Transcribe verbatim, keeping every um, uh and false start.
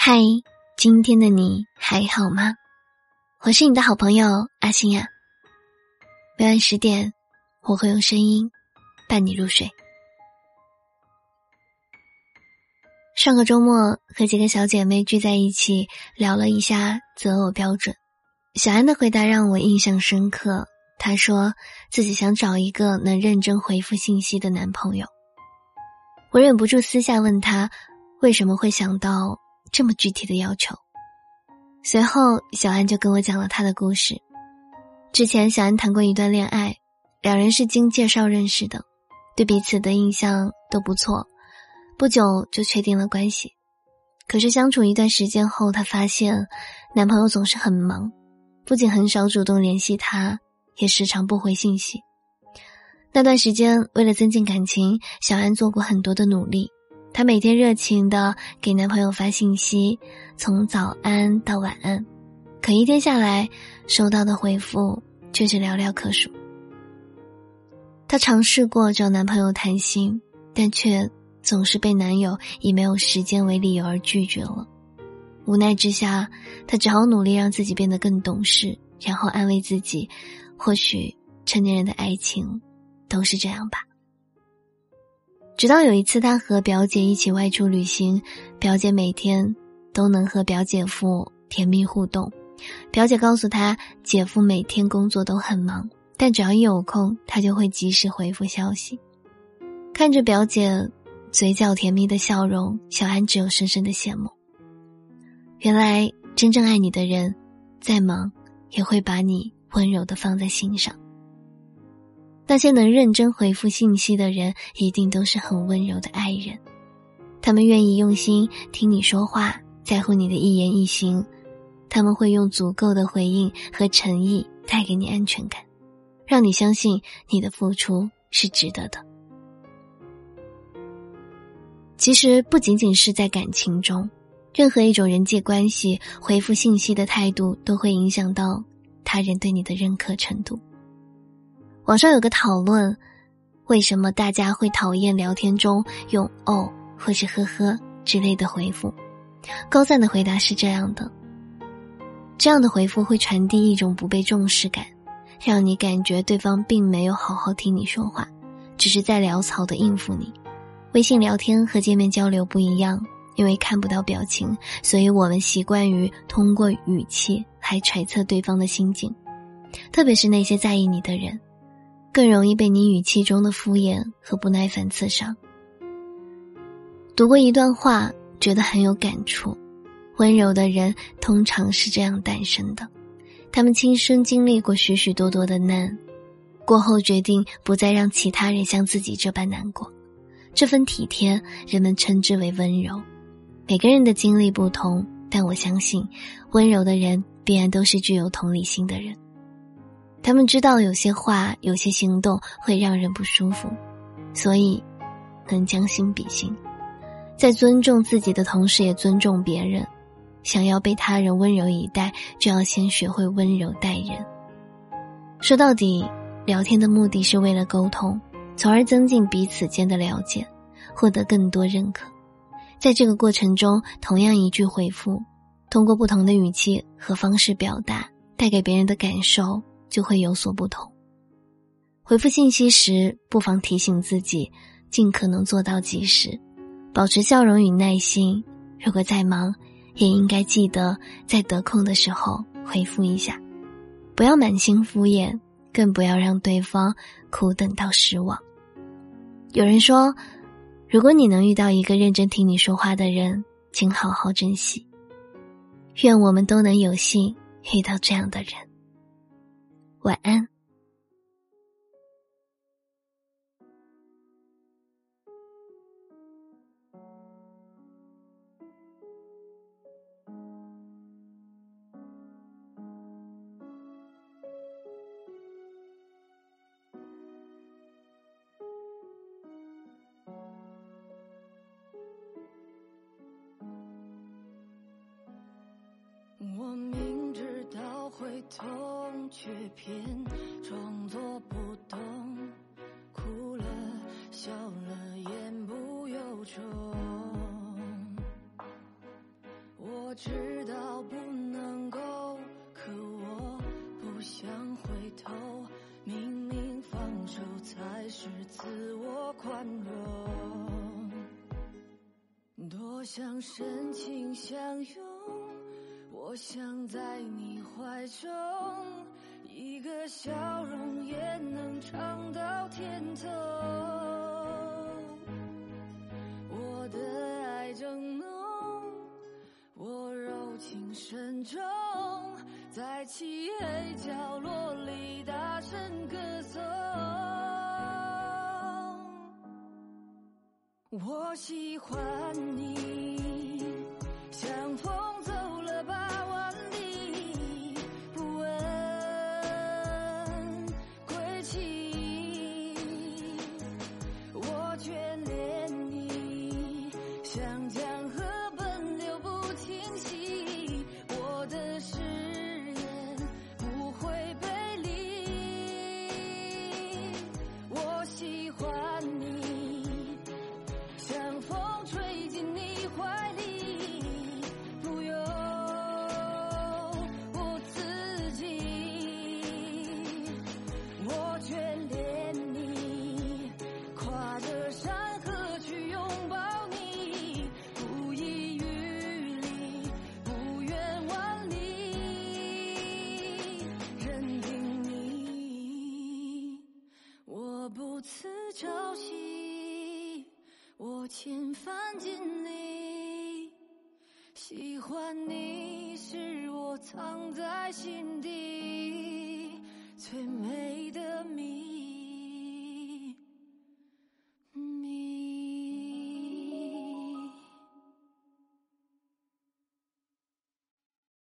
嗨，今天的你还好吗？我是你的好朋友阿星呀。每晚十点，我会用声音伴你入睡。上个周末和几个小姐妹聚在一起聊了一下择偶标准，小安的回答让我印象深刻。她说自己想找一个能认真回复信息的男朋友。我忍不住私下问她为什么会想到这么具体的要求。随后小安就跟我讲了她的故事。之前小安谈过一段恋爱，两人是经介绍认识的，对彼此的印象都不错，不久就确定了关系。可是相处一段时间后，她发现男朋友总是很忙，不仅很少主动联系她，也时常不回信息。那段时间为了增进感情，小安做过很多的努力。她每天热情地给男朋友发信息，从早安到晚安，可一天下来收到的回复却是寥寥可数。她尝试过找男朋友谈心，但却总是被男友以没有时间为理由而拒绝了。无奈之下，她只好努力让自己变得更懂事，然后安慰自己，或许成年人的爱情都是这样吧。直到有一次她和表姐一起外出旅行，表姐每天都能和表姐夫甜蜜互动。表姐告诉她，姐夫每天工作都很忙，但只要一有空，他就会及时回复消息。看着表姐嘴角甜蜜的笑容，小安只有深深的羡慕。原来真正爱你的人，再忙也会把你温柔地放在心上。那些能认真回复信息的人，一定都是很温柔的爱人。他们愿意用心听你说话，在乎你的一言一行。他们会用足够的回应和诚意带给你安全感，让你相信你的付出是值得的。其实不仅仅是在感情中，任何一种人际关系，回复信息的态度都会影响到他人对你的认可程度。网上有个讨论，为什么大家会讨厌聊天中用哦或是呵呵之类的回复？高赞的回答是这样的：这样的回复会传递一种不被重视感，让你感觉对方并没有好好听你说话，只是在潦草地应付你。微信聊天和见面交流不一样，因为看不到表情，所以我们习惯于通过语气来揣测对方的心境。特别是那些在意你的人，更容易被你语气中的敷衍和不耐烦刺伤。读过一段话，觉得很有感触。温柔的人通常是这样诞生的，他们亲身经历过许许多多的难，过后决定不再让其他人像自己这般难过。这份体贴，人们称之为温柔。每个人的经历不同，但我相信温柔的人必然都是具有同理心的人。他们知道有些话，有些行动会让人不舒服，所以能将心比心，在尊重自己的同时也尊重别人。想要被他人温柔以待，就要先学会温柔待人。说到底，聊天的目的是为了沟通，从而增进彼此间的了解，获得更多认可。在这个过程中，同样一句回复，通过不同的语气和方式表达，带给别人的感受就会有所不同。回复信息时，不妨提醒自己尽可能做到及时，保持笑容与耐心。如果再忙，也应该记得在得空的时候回复一下，不要满心敷衍，更不要让对方苦等到失望。有人说，如果你能遇到一个认真听你说话的人，请好好珍惜。愿我们都能有幸遇到这样的人。晚安。 我明知道会痛，却偏装作不懂，哭了笑了言不由衷。我还是自我宽容。多想深情相拥，我想在你怀中，一个笑容也能尝到甜头。我的爱正浓，我柔情深重，在漆黑角落里大声歌颂。我喜欢你，像风走了八万里，不问归期。我眷恋你，像江河奔流不停息，我的誓言不会背离。我喜欢你，像风吹进你怀里，不由我自己。我眷恋你，跨着山河去拥抱你，不遗余力，不远万里，认定你。我不辞朝夕，我千帆尽力，喜欢你是我藏在心底最美的谜。